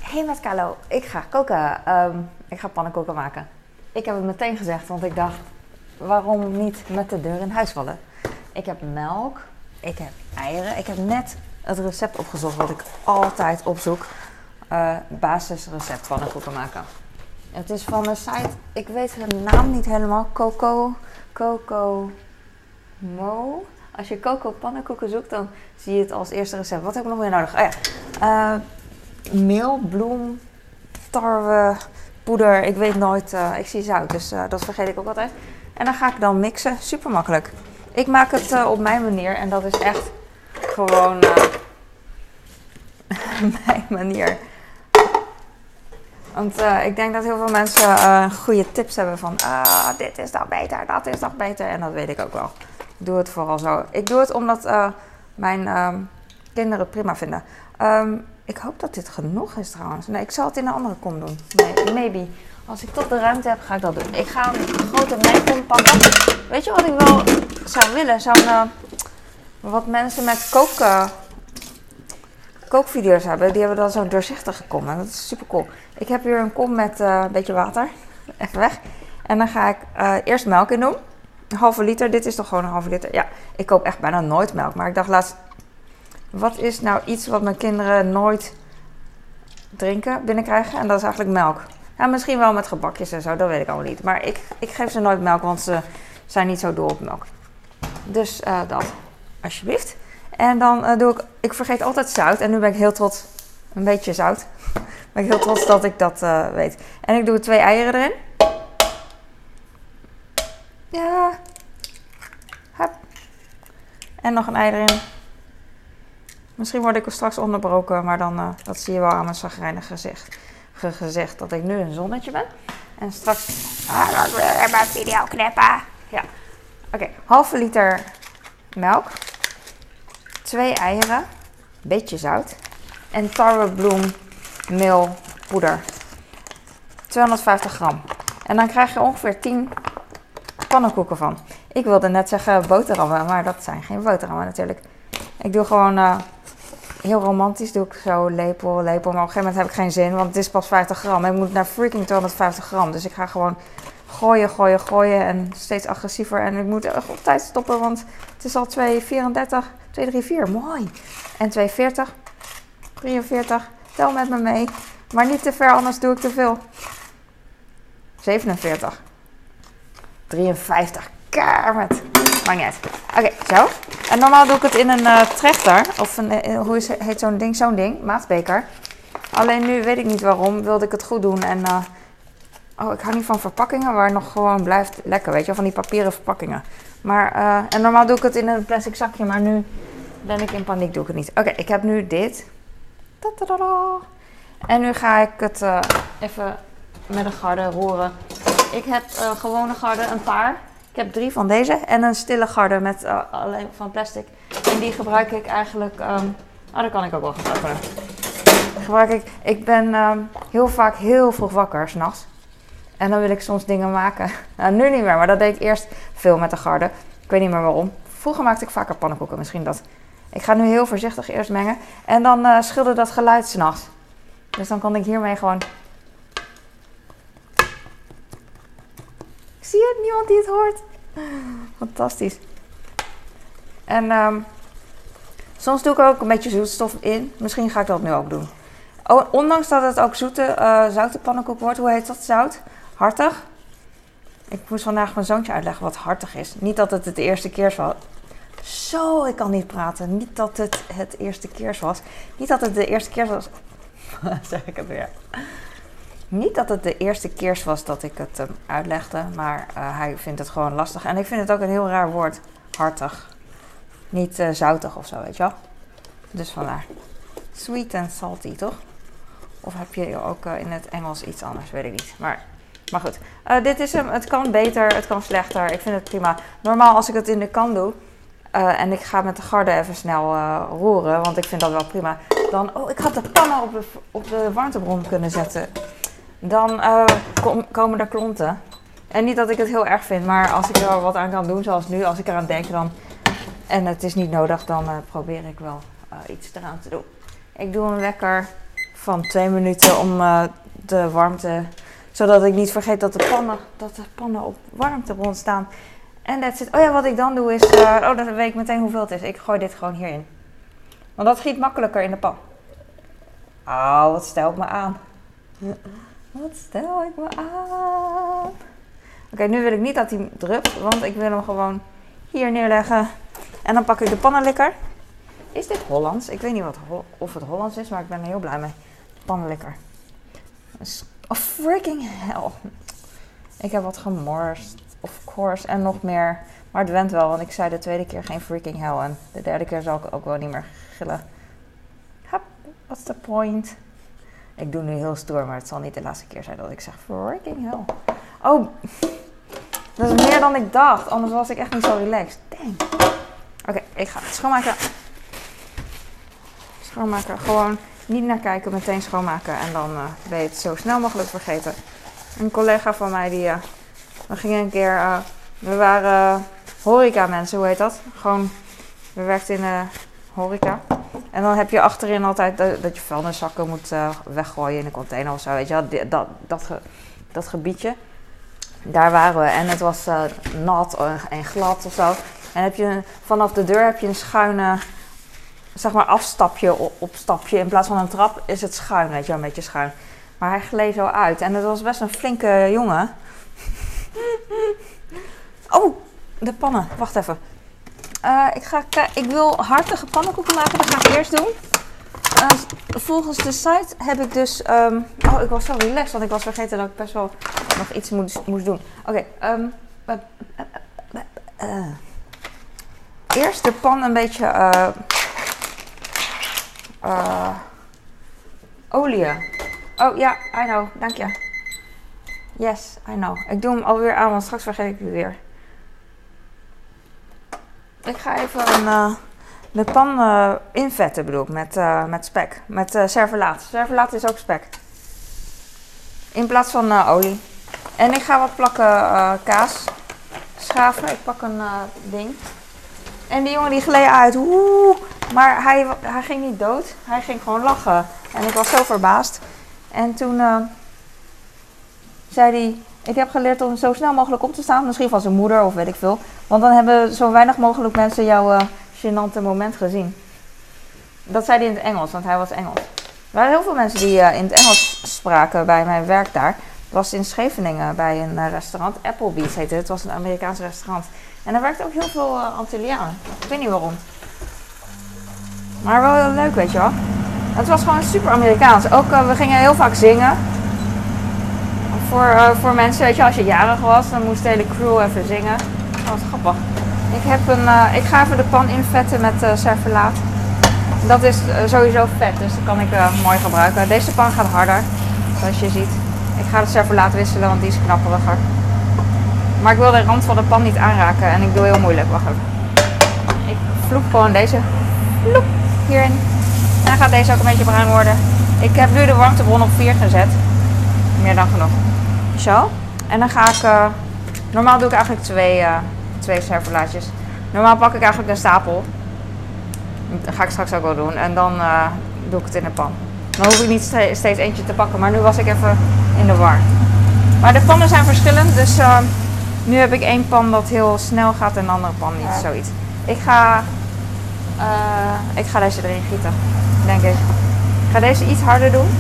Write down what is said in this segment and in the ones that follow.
Hey met Carlo, ik ga koken. Ik ga pannenkoeken maken. Ik heb het meteen gezegd, want ik dacht, waarom niet met de deur in huis vallen? Ik heb melk, ik heb eieren. Ik heb net het recept opgezocht wat ik altijd opzoek. Basisrecept pannenkoeken maken. Het is van een site, ik weet de naam niet helemaal. Coco Mo. Als je Coco pannenkoeken zoekt, dan zie je het als eerste recept. Wat heb ik nog meer nodig? Oh ja. Meel, bloem, tarwe, poeder. Ik weet nooit. Ik zie zout, dus dat vergeet ik ook altijd. En dan ga ik dan mixen. Super makkelijk. Ik maak het op mijn manier en dat is echt gewoon mijn manier. Want ik denk dat heel veel mensen goede tips hebben van dit is toch beter, dat is toch beter. En dat weet ik ook wel. Ik doe het vooral zo. Ik doe het omdat mijn kinderen het prima vinden. Ik hoop dat dit genoeg is trouwens. Nee, ik zal het in een andere kom doen. Nee, maybe. Als ik toch de ruimte heb, ga ik dat doen. Ik ga een grote mengkom pakken. Weet je wat ik wel zou willen? Wat mensen met kookvideo's hebben. Die hebben dan zo'n doorzichtige kom. En dat is super cool. Ik heb hier een kom met een beetje water. Even weg. En dan ga ik eerst melk in doen. Een halve liter. Dit is toch gewoon een halve liter? Ja, ik koop echt bijna nooit melk. Maar ik dacht laatst, wat is nou iets wat mijn kinderen nooit binnenkrijgen? En dat is eigenlijk melk. Ja, misschien wel met gebakjes en zo, dat weet ik allemaal niet. Maar ik geef ze nooit melk, want ze zijn niet zo dol op melk. Dus dat, alsjeblieft. En dan doe ik vergeet altijd zout. En nu ben ik heel trots, een beetje zout. Ben ik heel trots dat ik dat weet. En ik doe 2 eieren erin. Ja. Hup. En nog een ei erin. Misschien word ik er straks onderbroken, maar dan, dat zie je wel aan mijn chagrijnige gezicht dat ik nu een zonnetje ben. En straks, dan wil ik mijn video knippen. Ja. Oké, halve liter melk. 2 eieren. Beetje zout. En tarwebloem, meel, poeder. 250 gram. En dan krijg je ongeveer 10 pannenkoeken van. Ik wilde net zeggen boterhammen, maar dat zijn geen boterhammen natuurlijk. Ik doe gewoon heel romantisch, doe ik zo lepel. Maar op een gegeven moment heb ik geen zin, want het is pas 50 gram. Ik moet naar freaking 250 gram. Dus ik ga gewoon gooien en steeds agressiever. En ik moet echt op tijd stoppen, want het is al 2,34, 2,34, mooi. En 2,40, 43, tel met me mee. Maar niet te ver, anders doe ik te veel. 47, 53, Kermit. Maakt niet uit. Oké, zo. En normaal doe ik het in een trechter. Of hoe heet zo'n ding? Zo'n ding. Maatbeker. Alleen nu weet ik niet waarom. Wilde ik het goed doen. En ik hou niet van verpakkingen waar nog gewoon blijft lekker. Weet je, van die papieren verpakkingen. Maar, en normaal doe ik het in een plastic zakje. Maar nu ben ik in paniek. Doe ik het niet. Oké, ik heb nu dit. Tadadada. En nu ga ik het even met een garde roeren. Ik heb gewone garde, een paar. Ik heb 3 van deze en een stille garde met alleen van plastic. En die gebruik ik eigenlijk, dat kan ik ook wel gebruiken. Ik ben heel vaak heel vroeg wakker 's nachts. En dan wil ik soms dingen maken. Nou, nu niet meer, maar dat deed ik eerst veel met de garde. Ik weet niet meer waarom. Vroeger maakte ik vaker pannenkoeken, misschien dat. Ik ga nu heel voorzichtig eerst mengen. En dan schilder dat geluid 's nachts. Dus dan kan ik hiermee gewoon... Zie je niemand die het hoort? Fantastisch. En soms doe ik er ook een beetje zoetstof in. Misschien ga ik dat nu ook doen. Ondanks dat het ook zoute pannenkoek wordt. Hoe heet dat? Zout? Hartig. Ik moest vandaag mijn zoontje uitleggen wat hartig is. Niet dat het de eerste keer was. Zo, ik kan niet praten. Niet dat het eerste keer was. Niet dat het de eerste keer was. Zeg ik het weer. Niet dat het de eerste keer was dat ik het uitlegde, maar hij vindt het gewoon lastig. En ik vind het ook een heel raar woord, hartig. Niet zoutig of zo, weet je wel. Dus vandaar. Sweet and salty, toch? Of heb je ook in het Engels iets anders, weet ik niet. Maar goed, dit is hem. Het kan beter, het kan slechter. Ik vind het prima. Normaal als ik het in de kan doe en ik ga met de garde even snel roeren, want ik vind dat wel prima. Dan, ik had de pannen op de warmtebron kunnen zetten. Dan komen er klonten. En niet dat ik het heel erg vind, maar als ik er wat aan kan doen, zoals nu, als ik eraan denk dan... En het is niet nodig, dan probeer ik wel iets eraan te doen. Ik doe hem lekker van 2 minuten om de warmte... Zodat ik niet vergeet dat de pannen op warmtebron staan. En that's it. Oh ja, wat ik dan doe is... dan weet ik meteen hoeveel het is. Ik gooi dit gewoon hierin. Want dat giet makkelijker in de pan. Oh, wat stel ik me aan. Wat stel ik me aan. Oké, nu wil ik niet dat hij drupt. Want ik wil hem gewoon hier neerleggen. En dan pak ik de pannenlikker. Is dit Hollands? Ik weet niet of het Hollands is, maar ik ben er heel blij mee. Pannenlikker. Oh, freaking hell. Ik heb wat gemorst. Of course. En nog meer. Maar het went wel, want ik zei de tweede keer geen freaking hell. En de derde keer zal ik ook wel niet meer gillen. Hup, what's the point? Ik doe nu heel stoer, maar het zal niet de laatste keer zijn dat ik zeg freaking hell. Oh, dat is meer dan ik dacht. Anders was ik echt niet zo relaxed. Dang. Oké, ik ga het schoonmaken. Schoonmaken. Gewoon niet naar kijken, meteen schoonmaken. En dan ben je het zo snel mogelijk vergeten. Een collega van mij die... we gingen een keer... we waren horeca mensen, hoe heet dat? Gewoon... We werkten in horeca. En dan heb je achterin altijd dat je vuilniszakken moet weggooien in een container of zo. Weet je wel? Dat gebiedje. Daar waren we. En het was nat en glad of zo. En heb je vanaf de deur heb je een schuine... Zeg maar afstapje, opstapje. In plaats van een trap is het schuin, weet je wel, een beetje schuin. Maar hij gleed zo uit. En het was best een flinke jongen. Oh, de pannen. Wacht even. Ik wil hartige pannenkoeken maken. Dat ga ik eerst doen. Volgens de site heb ik dus... ik was zo relaxed, want ik was vergeten dat ik best wel nog iets moest doen. Oké. Eerst de pan een beetje... olie. Oh ja, I know. Dank je. Yes, I know. Ik doe hem alweer aan, want straks vergeet ik het weer. Ik ga even de pan invetten, bedoel ik, met spek. Met servelaat. Servelaat is ook spek. In plaats van olie. En ik ga wat plakken kaas schaven. Ik pak een ding. En die jongen die gleed uit. Oeh, maar hij ging niet dood. Hij ging gewoon lachen. En ik was zo verbaasd. En toen zei hij... Ik heb geleerd om zo snel mogelijk op te staan. Misschien van zijn moeder of weet ik veel. Want dan hebben zo weinig mogelijk mensen jouw gênante moment gezien. Dat zei hij in het Engels, want hij was Engels. Er waren heel veel mensen die in het Engels spraken bij mijn werk daar. Het was in Scheveningen bij een restaurant. Applebee's heette het. Het was een Amerikaans restaurant. En er werkten ook heel veel Antillianen. Ik weet niet waarom. Maar wel heel leuk, weet je wel. Het was gewoon super Amerikaans. Ook we gingen heel vaak zingen. Voor mensen, weet je, als je jarig was, dan moest de hele crew even zingen. Dat was grappig. Ik ga even de pan invetten met servelaat. Dat is sowieso vet, dus dat kan ik mooi gebruiken. Deze pan gaat harder, zoals je ziet. Ik ga de servelaat wisselen, want die is knapperiger. Maar ik wil de rand van de pan niet aanraken en ik doe heel moeilijk. Wacht even. Ik vloep gewoon deze vloep hierin. En dan gaat deze ook een beetje bruin worden. Ik heb nu de warmtebron op 4 gezet. Meer dan genoeg. Zo. En dan ga ik... normaal doe ik eigenlijk twee servelaatjes. Normaal pak ik eigenlijk een stapel. Dat ga ik straks ook wel doen. En dan doe ik het in de pan. Dan hoef ik niet steeds eentje te pakken. Maar nu was ik even in de war. Maar de pannen zijn verschillend. Dus nu heb ik één pan dat heel snel gaat en de andere pan niet. Zoiets. Ik ga deze erin gieten. Denk ik. Ik ga deze iets harder doen.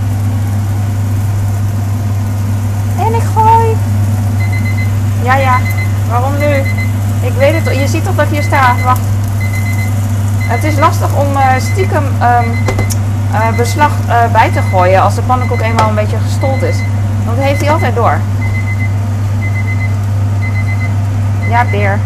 En ik gooi. Ja. Waarom nu? Ik weet het. Je ziet toch dat ik hier sta. Wacht. Het is lastig om stiekem beslag bij te gooien als de pannenkoek eenmaal een beetje gestold is. Want dat heeft hij altijd door. Ja, beer.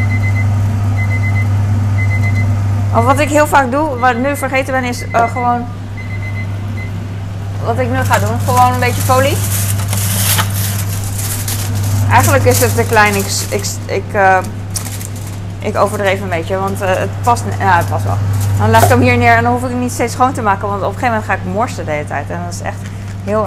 Of wat ik heel vaak doe, wat ik nu vergeten ben, is gewoon... Wat ik nu ga doen, gewoon een beetje folie. Eigenlijk is het te klein. Ik overdreef een beetje, want het past wel. Dan leg ik hem hier neer en dan hoef ik hem niet steeds schoon te maken, want op een gegeven moment ga ik morsen de hele tijd. En dat is echt heel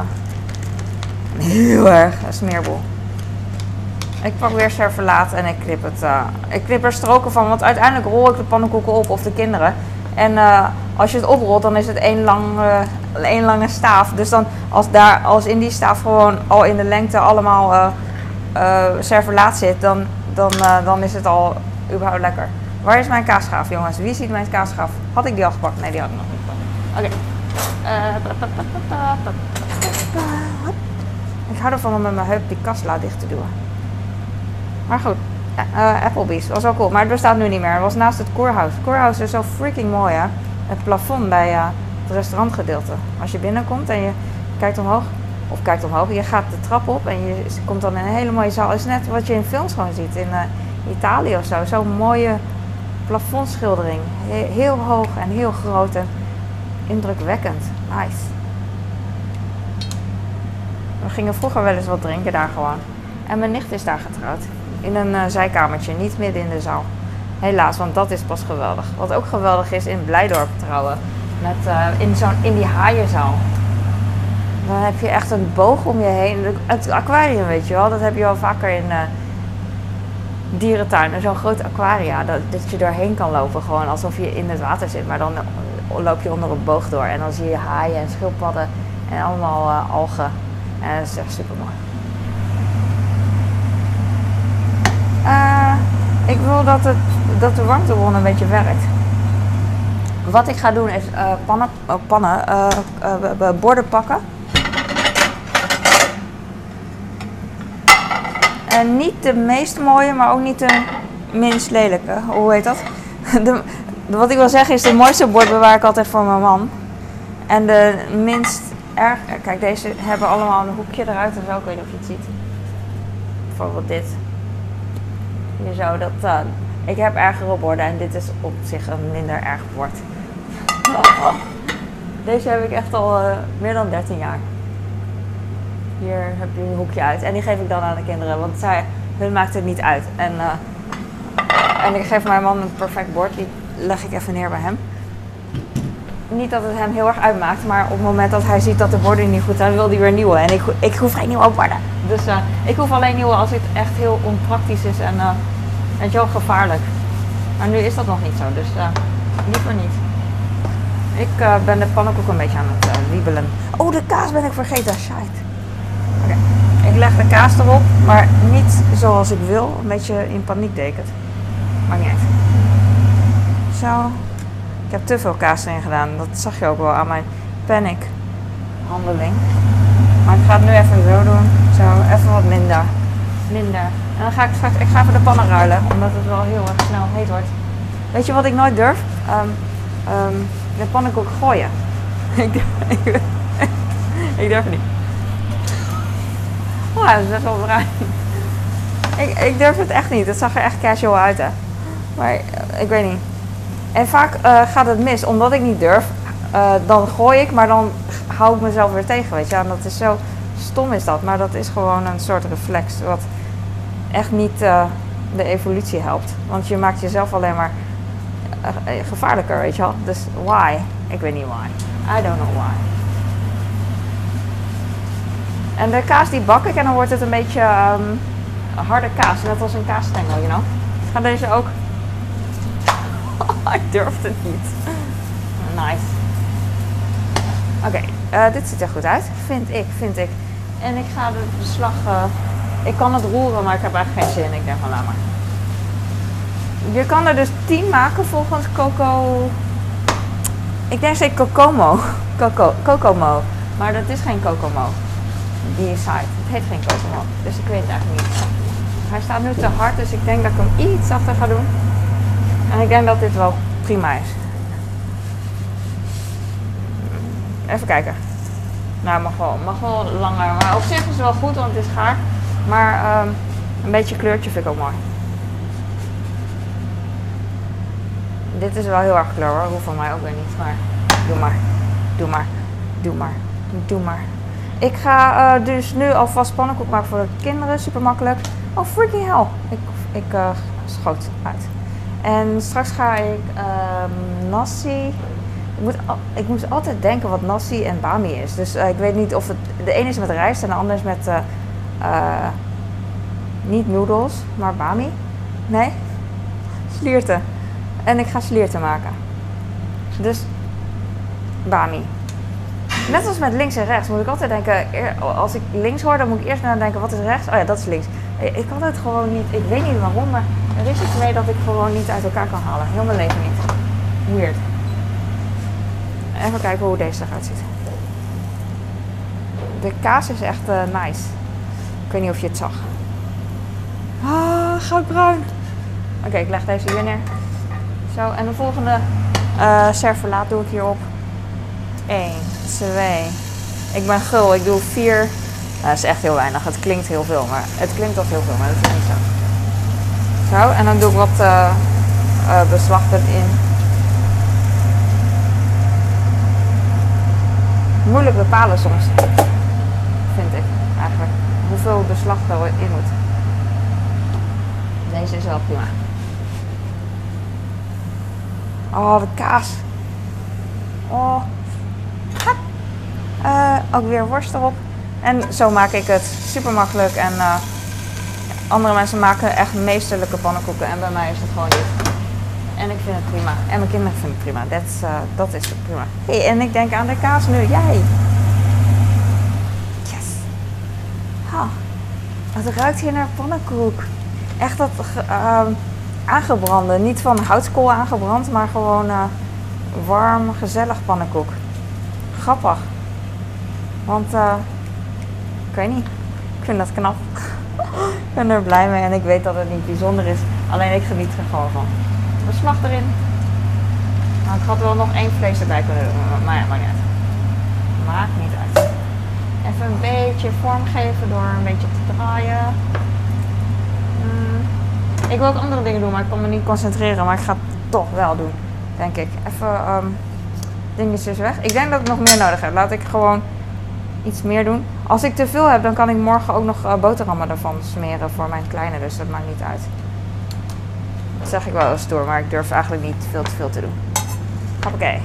erg een smeerboel. Ik pak weer servelaat en ik knip er stroken van, want uiteindelijk rol ik de pannenkoeken op of de kinderen. En als je het oprolt, dan is het één lange staaf. Dus dan als in die staaf gewoon al in de lengte allemaal servelaat zit, dan is het al überhaupt lekker. Waar is mijn kaasschaaf, jongens? Wie ziet mijn kaasschaaf? Had ik die al gepakt? Nee, die had ik nog niet gepakt. Oké. Ik hou ervan om met mijn heup die kastla dicht te doen. Maar goed, Applebee's was wel cool. Maar het bestaat nu niet meer. Het was naast het Kurhaus. Het Kurhaus is zo freaking mooi, hè. Het plafond bij het restaurantgedeelte. Als je binnenkomt en je kijkt omhoog, je gaat de trap op en je komt dan in een hele mooie zaal. Het is net wat je in films gewoon ziet, in Italië of zo. Zo'n mooie plafondschildering. Heel hoog en heel groot en indrukwekkend. Nice. We gingen vroeger wel eens wat drinken daar gewoon. En mijn nicht is daar getrouwd. In een zijkamertje, niet midden in de zaal. Helaas, want dat is pas geweldig. Wat ook geweldig is in Blijdorp trouwen. In die haaienzaal. Dan heb je echt een boog om je heen. Het aquarium, weet je wel. Dat heb je wel vaker in dierentuinen. Zo'n groot aquaria. Dat je doorheen kan lopen. Gewoon alsof je in het water zit. Maar dan loop je onder een boog door. En dan zie je haaien en schildpadden. En allemaal algen. En dat is echt super mooi. Ik wil dat de warmtebron een beetje werkt. Wat ik ga doen is borden pakken. En niet de meest mooie, maar ook niet de minst lelijke. Hoe heet dat? Wat ik wil zeggen is, de mooiste bord bewaar ik altijd voor mijn man. En de minst erg... Kijk, deze hebben allemaal een hoekje eruit en zo. Ik weet niet of je het ziet. Bijvoorbeeld dit. Hier zo, ik heb ergere borden en dit is op zich een minder erg bord. Deze heb ik echt al meer dan 13 jaar. Hier heb je een hoekje uit en die geef ik dan aan de kinderen, want hun maakt het niet uit. En ik geef mijn man een perfect bord, die leg ik even neer bij hem. Niet dat het hem heel erg uitmaakt, maar op het moment dat hij ziet dat de borden niet goed zijn, wil hij weer nieuwe. En ik hoef geen nieuwe borden. Dus ik hoef alleen nieuwe als het echt heel onpraktisch is en weet je wel, gevaarlijk. Maar nu is dat nog niet zo, dus liever niet. Ik ben de pannenkoek een beetje aan het wiebelen. Oh, de kaas ben ik vergeten, shit. Oké. Ik leg de kaas erop, maar niet zoals ik wil. Een beetje in paniek deed ik het. Maakt niet uit. Zo. Ik heb te veel kaas erin gedaan. Dat zag je ook wel aan mijn panic handeling. Maar ik ga het nu even zo doen. Zo, even wat minder. En dan ga ik straks, ik ga even de pannen ruilen, omdat het wel heel erg snel heet wordt. Weet je wat ik nooit durf? De pannenkoek gooien. Ik durf niet. Oh, dat is best wel bruin. Ik durf het echt niet. Het zag er echt casual uit, hè. Maar ik weet niet. En vaak gaat het mis, omdat ik niet durf. Dan gooi ik, maar dan hou ik mezelf weer tegen, weet je. En dat is zo stom is dat, maar dat is gewoon een soort reflex wat echt niet de evolutie helpt. Want je maakt jezelf alleen maar gevaarlijker, weet je wel. Dus why? Ik weet niet why. I don't know why. En de kaas die bak ik en dan wordt het een beetje harde kaas. Net als een kaasstengel, you know. Ga deze ook... Ik durf het niet. Nice. Oké, dit ziet er goed uit. Vind ik. En ik ga de beslag... ik kan het roeren, maar ik heb eigenlijk geen zin. Ik denk van, laat maar. Je kan er dus 10 maken volgens Coco... Ik denk zeker Kokomo. Kokomo. Maar dat is geen Kokomo. Die site. Het heet geen Kokomo. Dus ik weet het eigenlijk niet. Hij staat nu te hard, dus ik denk dat ik hem iets zachter ga doen. En ik denk dat dit wel prima is. Even kijken. Nou, mag wel langer. Maar op zich is het wel goed, want het is gaar. Maar een beetje kleurtje vind ik ook mooi. Dit is wel heel erg kleur hoor. Hoeft van mij ook weer niet. Maar doe maar. Ik ga dus nu alvast pannenkoek maken voor de kinderen. Super makkelijk. Oh freaking hell. Ik schoot uit. En straks ga ik nasi. Ik moet altijd denken wat nasi en bami is. Dus ik weet niet of het... De ene is met rijst en de andere is met... niet noedels, maar bami. Nee? Slierten. En ik ga slierten maken. Dus bami. Net als met links en rechts moet ik altijd denken, als ik links hoor, dan moet ik eerst nadenken, wat is rechts? Oh ja, dat is links. Ik kan het gewoon niet, ik weet niet waarom, maar er is iets mee dat ik gewoon niet uit elkaar kan halen. Heel mijn leven niet. Weird. Even kijken hoe deze eruit ziet. De kaas is echt nice. Ik weet niet of je het zag. Ah, goudbruin. Oké, ik leg deze hier neer. Zo, en de volgende servelaat doe ik hierop. 1, 2. Ik ben gul, ik doe 4. Dat is echt heel weinig. Het klinkt heel veel, maar het klinkt als heel veel, maar dat is niet zo. Zo, en dan doe ik wat beslag erin. Moeilijk bepalen soms, vind ik eigenlijk, hoeveel beslag erin moet. Deze is wel prima. Oh, de kaas. Oh. Ook weer worst erop. En zo maak ik het super makkelijk. En andere mensen maken echt meesterlijke pannenkoeken. En bij mij is het gewoon niet. En ik vind het prima. En mijn kinderen vinden het prima. Dat is prima. Hey, en ik denk aan de kaas nu. Jij. Yes. Ha. Het ruikt hier naar pannenkoek. Echt dat aangebrande. Niet van houtskool aangebrand, maar gewoon warm, gezellig pannenkoek. Grappig. Want ik weet niet. Ik vind dat knap. Ik ben er blij mee en ik weet dat het niet bijzonder is. Alleen ik geniet er gewoon van. Beslag erin. Nou, ik had wel nog 1 vlees erbij kunnen doen. Maar ja, maakt niet uit. Maakt niet uit. Even een beetje vorm geven door een beetje te draaien. Ik wil ook andere dingen doen, maar ik kan me niet concentreren. Maar ik ga het toch wel doen, denk ik. Even dingetjes weg. Ik denk dat ik nog meer nodig heb. Laat ik gewoon iets meer doen. Als ik te veel heb, dan kan ik morgen ook nog boterhammen ervan smeren voor mijn kleine. Dus dat maakt niet uit. Dat zeg ik wel eens door, maar ik durf eigenlijk niet veel te veel te doen. Hoppakee.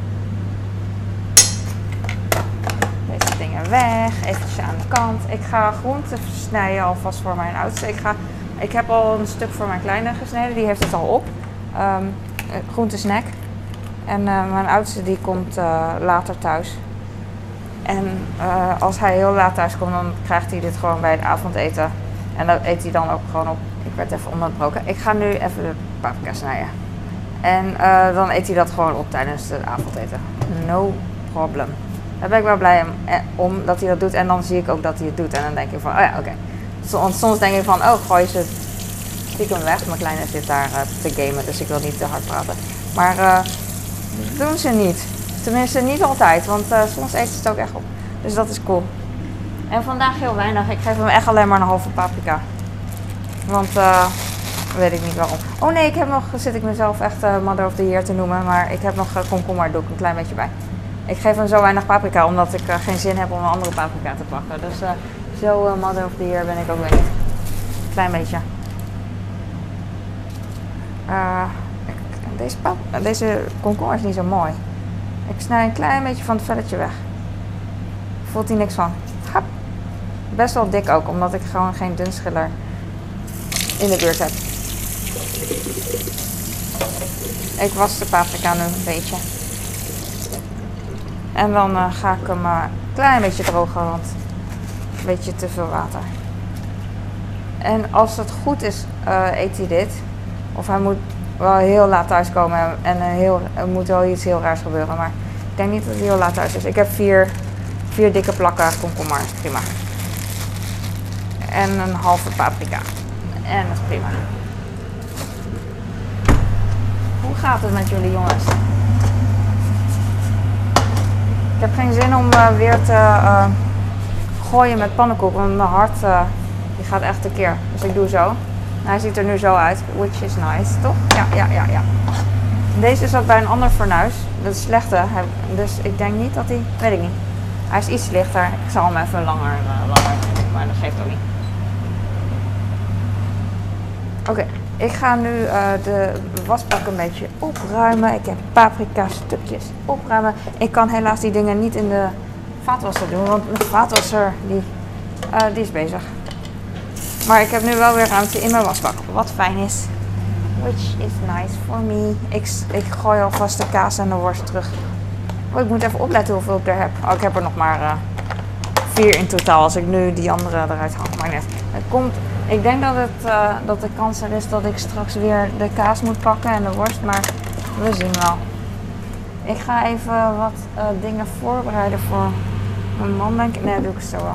Deze dingen weg. Eventjes aan de kant. Ik ga groenten snijden alvast voor mijn oudste. Ik heb al een stuk voor mijn kleine gesneden. Die heeft het al op. Groentesnack. En mijn oudste die komt later thuis. En als hij heel laat thuis komt, dan krijgt hij dit gewoon bij het avondeten. En dat eet hij dan ook gewoon op. Ik werd even onderbroken. Ik ga nu even de paprika snijden. En dan eet hij dat gewoon op tijdens het avondeten. No problem. Daar ben ik wel blij om dat hij dat doet. En dan zie ik ook dat hij het doet. En dan denk ik van, oh ja, oké. Soms denk ik van, oh, gooi ze stiekem weg. Mijn kleine zit daar te gamen, dus ik wil niet te hard praten. Maar dat doen ze niet. Tenminste, niet altijd, want soms eten ze het ook echt op. Dus dat is cool. En vandaag heel weinig. Ik geef hem echt alleen maar een halve paprika. Want, weet ik niet waarom. Oh nee, zit ik mezelf echt Mother of the Year te noemen. Maar ik heb nog komkommer, doe ik een klein beetje bij. Ik geef hem zo weinig paprika, omdat ik geen zin heb om een andere paprika te pakken. Dus zo Mother of the Year ben ik ook weer niet. Klein beetje. Deze komkommer is niet zo mooi. Ik snij een klein beetje van het velletje weg. Voelt hij niks van. Hap. Best wel dik ook, omdat ik gewoon geen dunschiller in de buurt heb. Ik was de paprika nu een beetje. En dan ga ik hem een klein beetje drogen, want een beetje te veel water. En als het goed is, eet hij dit. Of hij moet wel heel laat thuiskomen en er moet wel iets heel raars gebeuren. Maar ik denk niet dat hij heel laat thuis is. Ik heb 4 dikke plakken komkommer. Prima. En een halve paprika. En dat is prima. Hoe gaat het met jullie jongens? Ik heb geen zin om weer te gooien met pannenkoek. Want mijn hart die gaat echt tekeer. Dus ik doe zo. Hij ziet er nu zo uit, which is nice, toch? Ja. Deze zat bij een ander fornuis, dat is slechte. Dus ik denk niet dat hij, weet ik niet. Hij is iets lichter. Ik zal hem even langer, maar dat geeft ook niet. Oké, ik ga nu de wasbak een beetje opruimen. Ik heb paprika stukjes opruimen. Ik kan helaas die dingen niet in de vaatwasser doen, want mijn vaatwasser die is bezig. Maar ik heb nu wel weer ruimte in mijn wasbak, wat fijn is. Which is nice for me. Ik gooi alvast de kaas en de worst terug Oh, ik moet even opletten hoeveel ik er heb. Oh, ik heb er nog maar 4 in totaal. Als ik nu die andere eruit haal. Maar net. Het komt, ik denk dat de kans er is dat ik straks weer de kaas moet pakken en de worst. Maar we zien wel. Ik ga even wat dingen voorbereiden voor mijn man, denk ik. Nee, dat doe ik zo wel.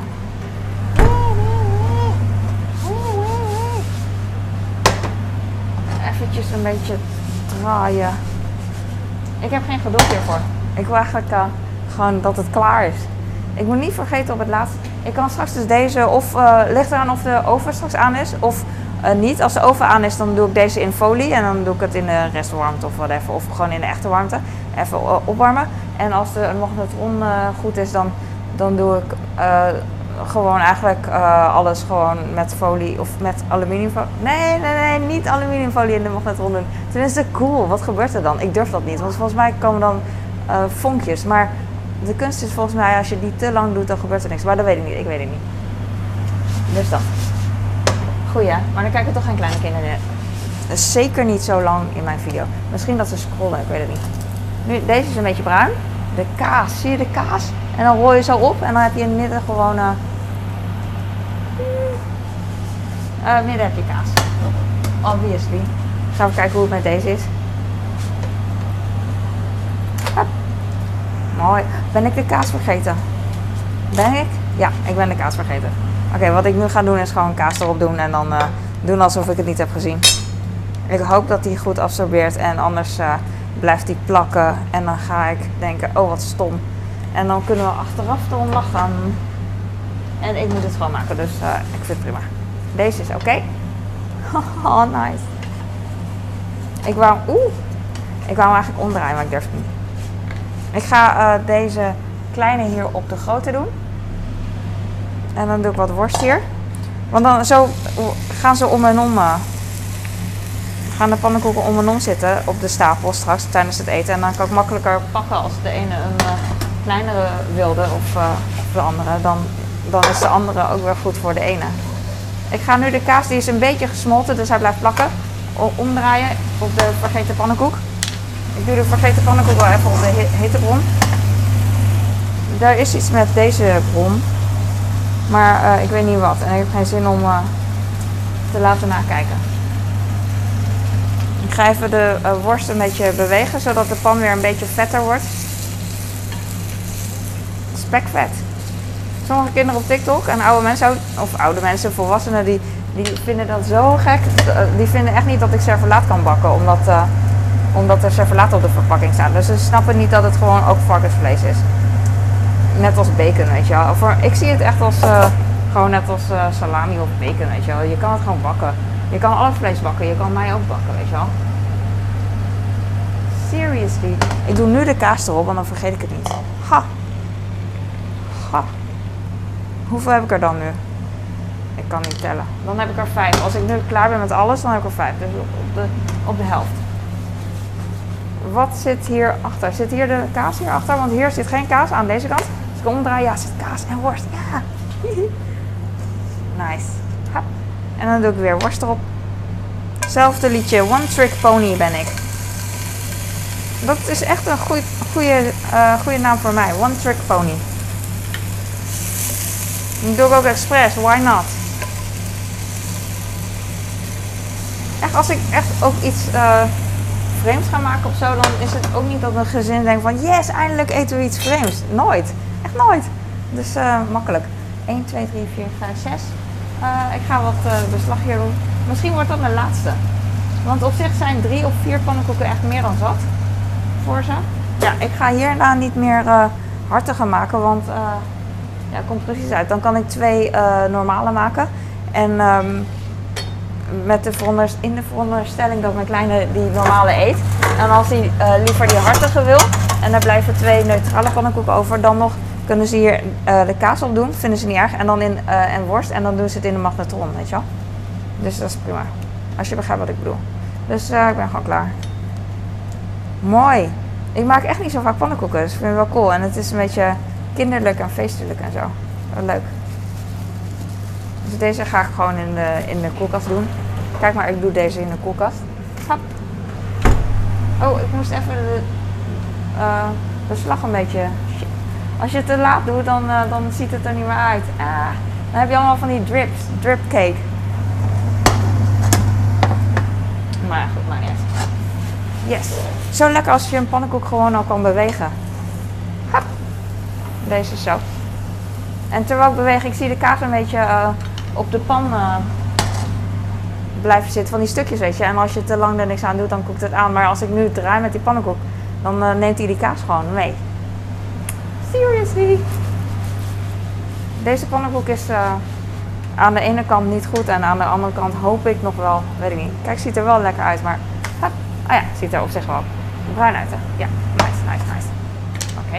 Eventjes een beetje draaien. Ik heb geen geduld hiervoor. Ik wil eigenlijk gewoon dat het klaar is. Ik moet niet vergeten op het laatste. Ik kan straks dus deze of ligt eraan of de oven straks aan is of niet. Als de oven aan is, dan doe ik deze in folie en dan doe ik het in de restwarmte of whatever. Of gewoon in de echte warmte. Even opwarmen. En als de magnetron goed is, dan doe ik gewoon eigenlijk alles gewoon met folie of met aluminiumfolie. Nee, niet aluminiumfolie in de magnetron doen. Tenminste, cool. Wat gebeurt er dan? Ik durf dat niet, want volgens mij komen dan vonkjes. Maar de kunst is volgens mij, als je die te lang doet, dan gebeurt er niks. Maar dat weet ik niet. Ik weet het niet. Dus dat. Goeie, maar dan kijken toch geen kleine kinderen. Zeker niet zo lang in mijn video. Misschien dat ze scrollen, ik weet het niet. Nu, deze is een beetje bruin. De kaas, zie je de kaas? En dan rol je zo op en dan heb je in het midden gewoon... midden heb je kaas. Obviously. Ik ga even kijken hoe het met deze is. Hop. Mooi. Ben ik de kaas vergeten? Ben ik? Ja, ik ben de kaas vergeten. Oké, wat ik nu ga doen is gewoon kaas erop doen en dan doen alsof ik het niet heb gezien. Ik hoop dat die goed absorbeert en anders blijft die plakken. En dan ga ik denken, oh wat stom. En dan kunnen we achteraf erom lachen. En ik moet het gewoon maken, dus ik vind het prima. Deze is oké. Oh, nice. Ik wou hem eigenlijk omdraaien, maar ik durf het niet. Ik ga deze kleine hier op de grote doen. En dan doe ik wat worst hier. Want dan zo gaan ze om en om. Gaan de pannenkoeken om en om zitten op de stapel straks tijdens het eten. En dan kan ik makkelijker pakken als de ene een kleinere wilde of de andere. Dan is de andere ook weer goed voor de ene. Ik ga nu de kaas, die is een beetje gesmolten, dus hij blijft plakken. Omdraaien op de vergeten pannenkoek. Ik doe de vergeten pannenkoek wel even op de hittebron. Er is iets met deze bron. Maar ik weet niet wat. En ik heb geen zin om te laten nakijken. Ik ga even de worst een beetje bewegen, zodat de pan weer een beetje vetter wordt. Spekvet. Sommige kinderen op TikTok en oude mensen, volwassenen, die vinden dat zo gek. Die vinden echt niet dat ik servelaat kan bakken, omdat er servelaat op de verpakking staat. Dus ze snappen niet dat het gewoon ook varkensvlees is. Net als bacon, weet je wel. Ik zie het echt als gewoon net als salami of bacon, weet je wel. Je kan het gewoon bakken. Je kan alle vlees bakken, je kan mij ook bakken, weet je wel. Seriously. Ik doe nu de kaas erop, want dan vergeet ik het niet. Ha. Hoeveel heb ik er dan nu? Ik kan niet tellen. Dan heb ik er 5. Als ik nu klaar ben met alles, dan heb ik er 5. Dus op de helft. Wat zit hier achter? Zit hier de kaas hier achter? Want hier zit geen kaas aan deze kant. Als ik omdraai, ja, zit kaas en worst. Ja. Nice. Hop. En dan doe ik weer worst erop. Hetzelfde liedje. One Trick Pony ben ik. Dat is echt een goede naam voor mij. One Trick Pony. Dat doe ik ook expres. Why not? Echt, als ik echt ook iets vreemds ga maken of zo, dan is het ook niet dat mijn gezin denkt van yes, eindelijk eten we iets vreemds. Nooit. Echt nooit. Dus makkelijk. 1, 2, 3, 4, 5, 6. Ik ga wat beslag hier doen. Misschien wordt dat mijn laatste. Want op zich zijn 3 of 4 pannenkoeken echt meer dan zat. Voor ze. Ja, ik ga hierna niet meer hartiger maken, want ja, het komt precies uit. Dan kan ik 2 normale maken. En in de veronderstelling dat mijn kleine die normale eet. En als hij liever die hartige wil en er blijven 2 neutrale pannenkoeken over, dan nog kunnen ze hier de kaas op doen. Vinden ze niet erg. En dan en worst. En dan doen ze het in de magnetron, weet je wel. Dus dat is prima. Als je begrijpt wat ik bedoel. Dus ik ben gewoon klaar. Mooi. Ik maak echt niet zo vaak pannenkoeken. Dus ik vind het wel cool. En het is een beetje kinderlijk en feestelijk en zo. Wel leuk. Dus deze ga ik gewoon in de koelkast doen. Kijk maar, ik doe deze in de koelkast. Hop. Oh, ik moest even beslag een beetje. Shit. Als je het te laat doet, dan ziet het er niet meer uit. Dan heb je allemaal van die drip cake. Maar ja, goed, maar niet uit. Yes. Zo lekker als je een pannenkoek gewoon al kan bewegen. Hop. Deze zo. En terwijl ik beweeg, ik zie de kaas een beetje op de pan blijven zitten. Van die stukjes, weet je. En als je te lang er niks aan doet, dan koekt het aan. Maar als ik nu draai met die pannenkoek, dan neemt hij die kaas gewoon mee. Seriously. Deze pannenkoek is aan de ene kant niet goed en aan de andere kant hoop ik nog wel, weet ik niet. Kijk, ziet er wel lekker uit, maar ja, ziet er op zich wel bruin uit, hè? Ja, nice. Oké.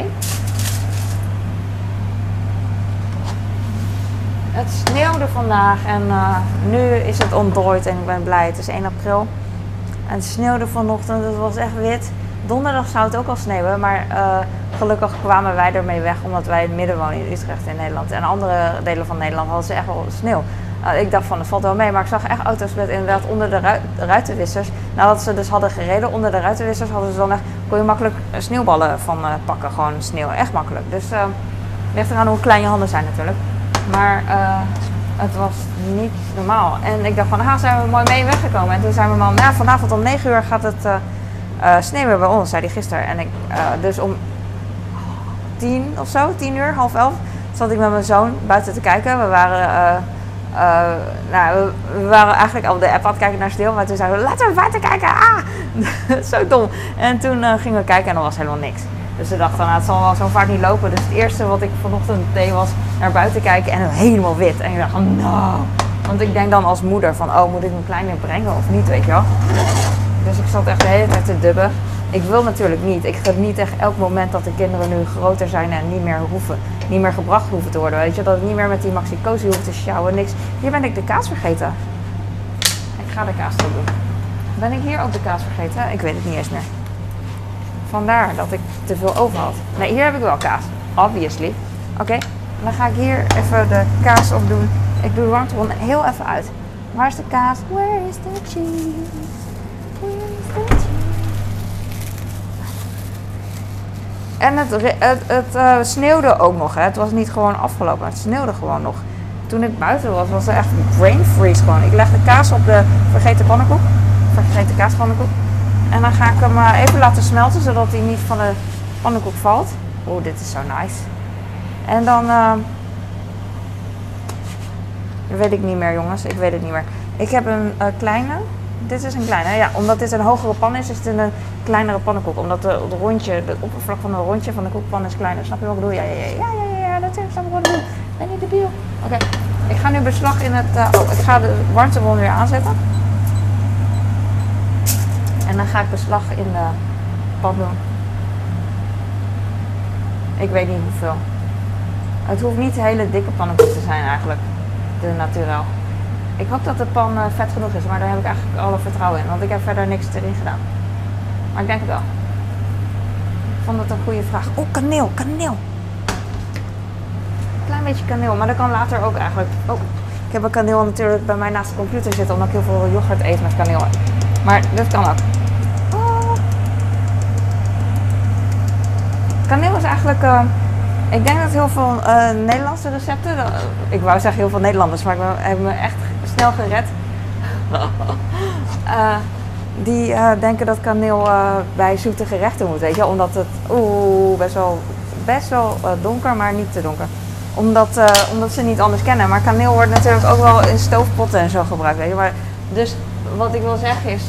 Het sneeuwde vandaag en nu is het ontdooid en ik ben blij. Het is 1 april en het sneeuwde vanochtend, het was echt wit. Donderdag zou het ook al sneeuwen, maar gelukkig kwamen wij ermee weg omdat wij in het midden wonen in Utrecht in Nederland. En andere delen van Nederland hadden ze echt wel sneeuw. Ik dacht van, het valt wel mee, maar ik zag echt auto's met inderdaad onder de ruitenwissers. Nadat ze dus hadden gereden onder de ruitenwissers, kon je makkelijk sneeuwballen van pakken. Gewoon sneeuw, echt makkelijk. Dus het ligt eraan hoe klein je handen zijn natuurlijk. Maar het was niet normaal. En ik dacht van, zijn we mooi mee weggekomen. En toen zei mijn man, vanavond om 9 uur gaat het sneeuwen bij ons, zei hij gisteren. En dus om 10 of zo, 10 uur, 10:30, zat ik met mijn zoon buiten te kijken. We waren eigenlijk al de app aan het kijken naar sneeuw. Maar toen zeiden we, laten we buiten kijken. Zo dom. En toen gingen we kijken en er was helemaal niks. Dus we dachten, het zal wel zo vaak niet lopen. Dus het eerste wat ik vanochtend deed was naar buiten kijken en helemaal wit. En ik dacht van, Want ik denk dan als moeder van, moet ik mijn kleine brengen of niet, weet je wel. Dus ik zat echt de hele tijd te dubben. Ik wil natuurlijk niet. Ik geniet echt elk moment dat de kinderen nu groter zijn en niet meer gebracht hoeven te worden. Weet je, dat ik niet meer met die Maxi-Cosi hoef te sjouwen, niks. Hier ben ik de kaas vergeten. Ik ga de kaas erop doen. Ben ik hier ook de kaas vergeten? Ik weet het niet eens meer. Vandaar dat ik te veel over had. Nee, hier heb ik wel kaas. Obviously. Oké, dan ga ik hier even de kaas op doen. Ik doe de warmtebron heel even uit. Waar is de kaas? Where is the cheese? Where is the cheese? En het sneeuwde ook nog. Hè. Het was niet gewoon afgelopen. Het sneeuwde gewoon nog. Toen ik buiten was er echt brain freeze gewoon. Ik leg de kaas op de vergeten kaaspannenkoek. En dan ga ik hem even laten smelten, zodat hij niet van de pannenkoek valt. Oeh, dit is zo nice. En dan... weet ik niet meer, jongens. Ik weet het niet meer. Ik heb een kleine. Dit is een kleine. Ja, omdat dit een hogere pan is het een kleinere pannenkoek. Omdat het oppervlak van het rondje van de koekpan is kleiner. Snap je wat ik bedoel? Ja, natuurlijk snap ik wat ik bedoel. Ben je debiel? Oké. Ik ga nu beslag in het... ik ga de warmtebron weer aanzetten. En dan ga ik beslag in de pan doen. Ik weet niet hoeveel. Het hoeft niet een hele dikke pannenkoek te zijn eigenlijk. De naturel. Ik hoop dat de pan vet genoeg is, maar daar heb ik eigenlijk alle vertrouwen in. Want ik heb verder niks erin gedaan. Maar ik denk het wel. Ik vond het een goede vraag. Oh, kaneel. Een klein beetje kaneel, maar dat kan later ook eigenlijk. Oh, ik heb een kaneel natuurlijk bij mij naast de computer zitten, omdat ik heel veel yoghurt eet met kaneel. Maar dit kan ook. Kaneel is eigenlijk... ik denk dat heel veel Nederlandse recepten... ik wou zeggen heel veel Nederlanders, maar ik heb me echt snel gered. Die denken dat kaneel bij zoete gerechten moet, weet je. Omdat het best wel donker, maar niet te donker. Omdat ze niet anders kennen. Maar kaneel wordt natuurlijk ook wel in stoofpotten en zo gebruikt, weet je. Maar, dus wat ik wil zeggen is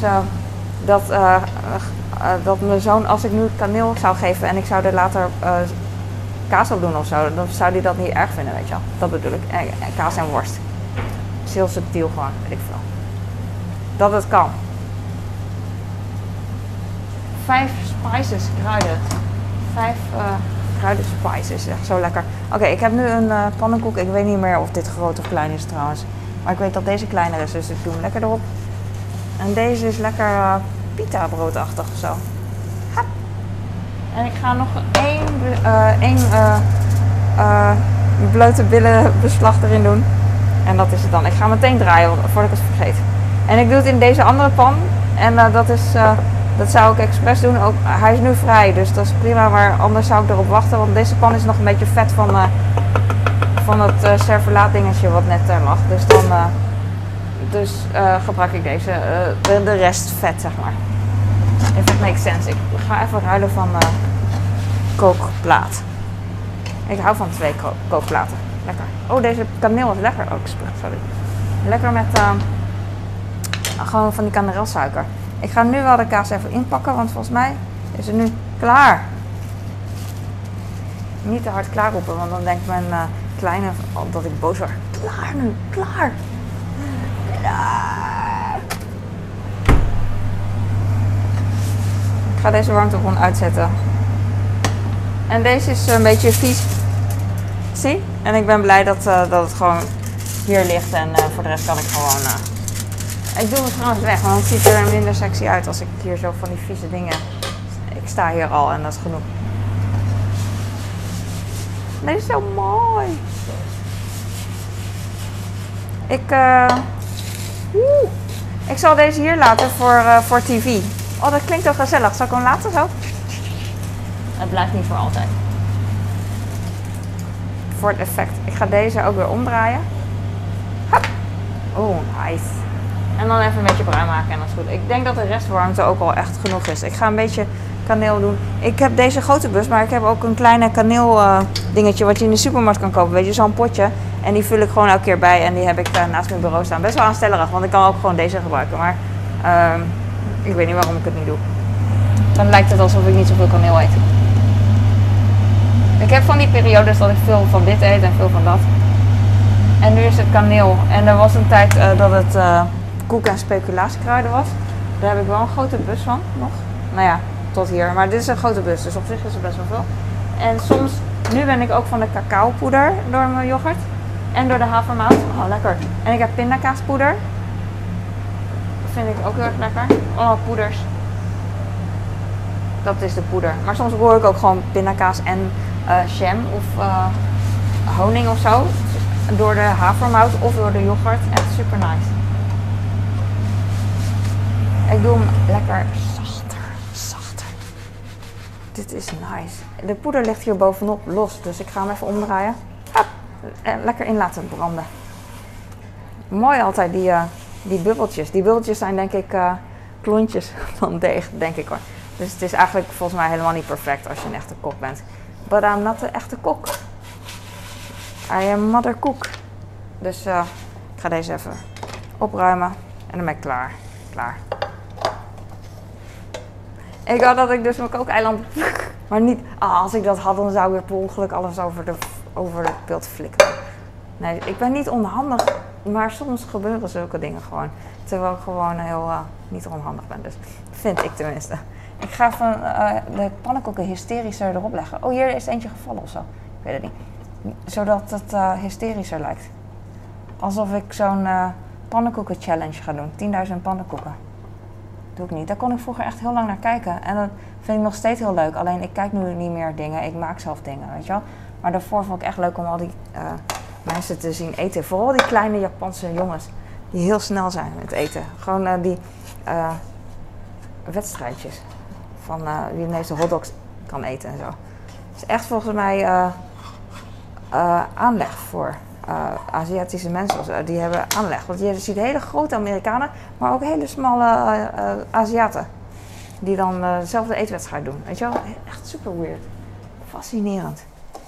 dat mijn zoon, als ik nu kaneel zou geven en ik zou er later kaas op doen of zo, dan zou hij dat niet erg vinden, weet je wel. Dat bedoel ik. Kaas en worst. Het is heel subtiel gewoon, weet ik veel. Dat het kan. 5 spices, kruiden. 5 kruiden spices, echt zo lekker. Oké, ik heb nu een pannenkoek. Ik weet niet meer of dit groot of klein is trouwens. Maar ik weet dat deze kleiner is, dus ik doe hem lekker erop. En deze is lekker pita broodachtig of zo. Hap. En ik ga nog één blote billenbeslag erin doen. En dat is het dan. Ik ga meteen draaien voordat ik het vergeet. En ik doe het in deze andere pan. En dat is Dat zou ik expres doen. Ook, hij is nu vrij, dus dat is prima. Maar anders zou ik erop wachten. Want deze pan is nog een beetje vet van het servelaat dingetje wat net lag. Dus dan gebruik ik deze. De rest vet, zeg maar. If it makes sense. Ik ga even ruilen van kookplaat. Ik hou van 2 kookplaten. Lekker. Oh, deze kaneel is lekker. Oh, sorry. Lekker met gewoon van die kanarelsuiker. Ik ga nu wel de kaas even inpakken, want volgens mij is het nu klaar. Niet te hard klaar roepen, want dan denkt mijn kleine dat ik boos word. Klaar nu, klaar. Klaar. Ik ga deze warmtebron uitzetten. En deze is een beetje vies. Zie? En ik ben blij dat het gewoon hier ligt. En voor de rest kan ik gewoon... Ik doe het trouwens weg, want het ziet er minder sexy uit als ik hier zo van die vieze dingen... Ik sta hier al en dat is genoeg. Deze is zo mooi. Ik zal deze hier laten voor tv. Oh, dat klinkt toch gezellig. Zal ik hem laten zo? Het blijft niet voor altijd. Voor het effect. Ik ga deze ook weer omdraaien. Hop. Oh, nice. En dan even een beetje bruin maken en dat is goed. Ik denk dat de restwarmte ook al echt genoeg is. Ik ga een beetje kaneel doen. Ik heb deze grote bus, maar ik heb ook een kleine kaneel dingetje wat je in de supermarkt kan kopen. Weet je, zo'n potje. En die vul ik gewoon elke keer bij en die heb ik naast mijn bureau staan. Best wel aanstellerig, want ik kan ook gewoon deze gebruiken. Maar ik weet niet waarom ik het niet doe. Dan lijkt het alsof ik niet zoveel kaneel eet. Ik heb van die periodes dat ik veel van dit eet en veel van dat. En nu is het kaneel. En er was een tijd dat het koek- en speculatiekruiden was. Daar heb ik wel een grote bus van nog. Nou ja, tot hier. Maar dit is een grote bus, dus op zich is er best wel veel. En soms, nu ben ik ook van de cacaopoeder door mijn yoghurt. En door de havermout. Oh, lekker. En ik heb pindakaaspoeder. Dat vind ik ook heel erg lekker. Oh, poeders. Dat is de poeder. Maar soms roer ik ook gewoon pindakaas en jam of honing of zo. Door de havermout of door de yoghurt. Echt super nice. Ik doe hem lekker zachter. Dit is nice. De poeder ligt hier bovenop los, dus ik ga hem even omdraaien. Hop. En lekker in laten branden. Mooi altijd die bubbeltjes. Die bubbeltjes zijn denk ik klontjes van deeg, denk ik hoor. Dus het is eigenlijk volgens mij helemaal niet perfect als je een echte kok bent. But I'm not een echte kok. I am mother cook. Dus ik ga deze even opruimen en dan ben ik klaar. Ik had dat ik dus mijn kookeiland... Maar niet... als ik dat had, dan zou ik weer per ongeluk alles over het beeld flikkeren. Nee, ik ben niet onhandig. Maar soms gebeuren zulke dingen gewoon. Terwijl ik gewoon heel niet onhandig ben. Dus vind ik tenminste. Ik ga van de pannenkoeken hysterischer erop leggen. Oh, hier is eentje gevallen of zo. Ik weet het niet. Zodat het hysterischer lijkt. Alsof ik zo'n pannenkoeken challenge ga doen. 10.000 pannenkoeken. Doe ik niet. Daar kon ik vroeger echt heel lang naar kijken. En dat vind ik nog steeds heel leuk. Alleen ik kijk nu niet meer dingen. Ik maak zelf dingen, weet je wel. Maar daarvoor vond ik echt leuk om al die mensen te zien eten. Vooral die kleine Japanse jongens. Die heel snel zijn met eten. Gewoon die wedstrijdjes. Van wie de meeste hotdogs kan eten en zo. Het is echt volgens mij aanleg voor Aziatische mensen. Die hebben aanleg. Want je ziet hele grote Amerikanen, maar ook hele smalle Aziaten. Die dan dezelfde eetwedstrijd doen. Weet je wel? Echt super weird. Fascinerend.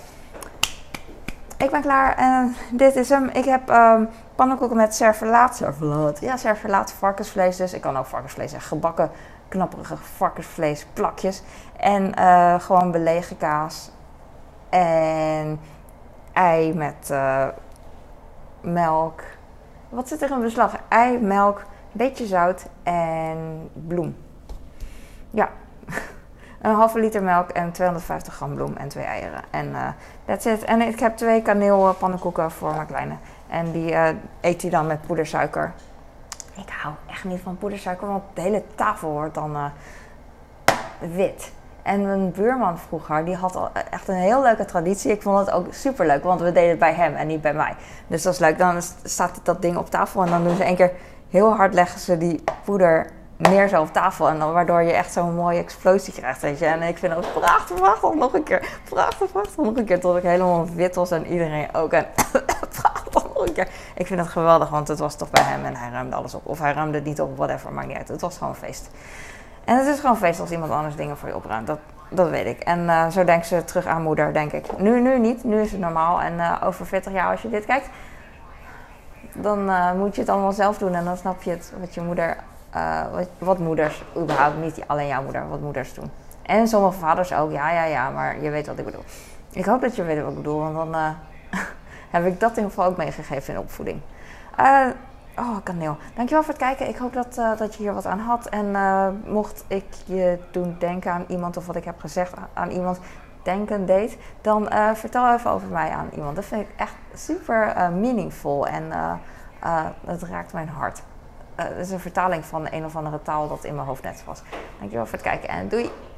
Ik ben klaar en dit is hem. Ik heb pannenkoeken met servelaat. Ja, servelaat, varkensvlees dus. Ik kan ook varkensvlees zeggen. Gebakken, knapperige varkensvlees, plakjes. En gewoon belegen kaas. En ei met melk. Wat zit er in beslag? Ei, melk, beetje zout en bloem. Ja, een halve liter melk en 250 gram bloem en 2 eieren. En that's it. En ik heb 2 kaneelpannenkoeken voor mijn kleine. En die eet hij dan met poedersuiker. Ik hou echt niet van poedersuiker, want de hele tafel wordt dan wit. En mijn buurman vroeger, die had al echt een heel leuke traditie. Ik vond het ook super leuk, want we deden het bij hem en niet bij mij. Dus dat is leuk. Dan staat dat ding op tafel en dan doen ze 1 keer heel hard leggen ze die poeder neer zo op tafel. En dan waardoor je echt zo'n mooie explosie krijgt, weet je. En ik vind het prachtig nog een keer. Prachtig nog een keer. Tot ik helemaal wit was en iedereen ook. En prachtig nog een keer. Ik vind het geweldig, want het was toch bij hem en hij ruimde alles op. Of hij ruimde het niet op, whatever, maakt niet uit. Het was gewoon een feest. En het is gewoon een feest als iemand anders dingen voor je opruimt. Dat weet ik. En zo denkt ze terug aan moeder, denk ik. Nu niet. Nu is het normaal. En over 40 jaar, als je dit kijkt, dan moet je het allemaal zelf doen. En dan snap je het, wat je moeder, wat moeders, überhaupt niet alleen jouw moeder, wat moeders doen. En sommige vaders ook, ja, maar je weet wat ik bedoel. Ik hoop dat je weet wat ik bedoel, want dan heb ik dat in ieder geval ook meegegeven in de opvoeding. Kaneel. Dankjewel voor het kijken. Ik hoop dat je hier wat aan had. En mocht ik je doen denken aan iemand of wat ik heb gezegd aan iemand denken deed, dan vertel even over mij aan iemand. Dat vind ik echt super meaningful en het raakt mijn hart. Het is een vertaling van een of andere taal dat in mijn hoofd net was. Dankjewel voor het kijken en doei!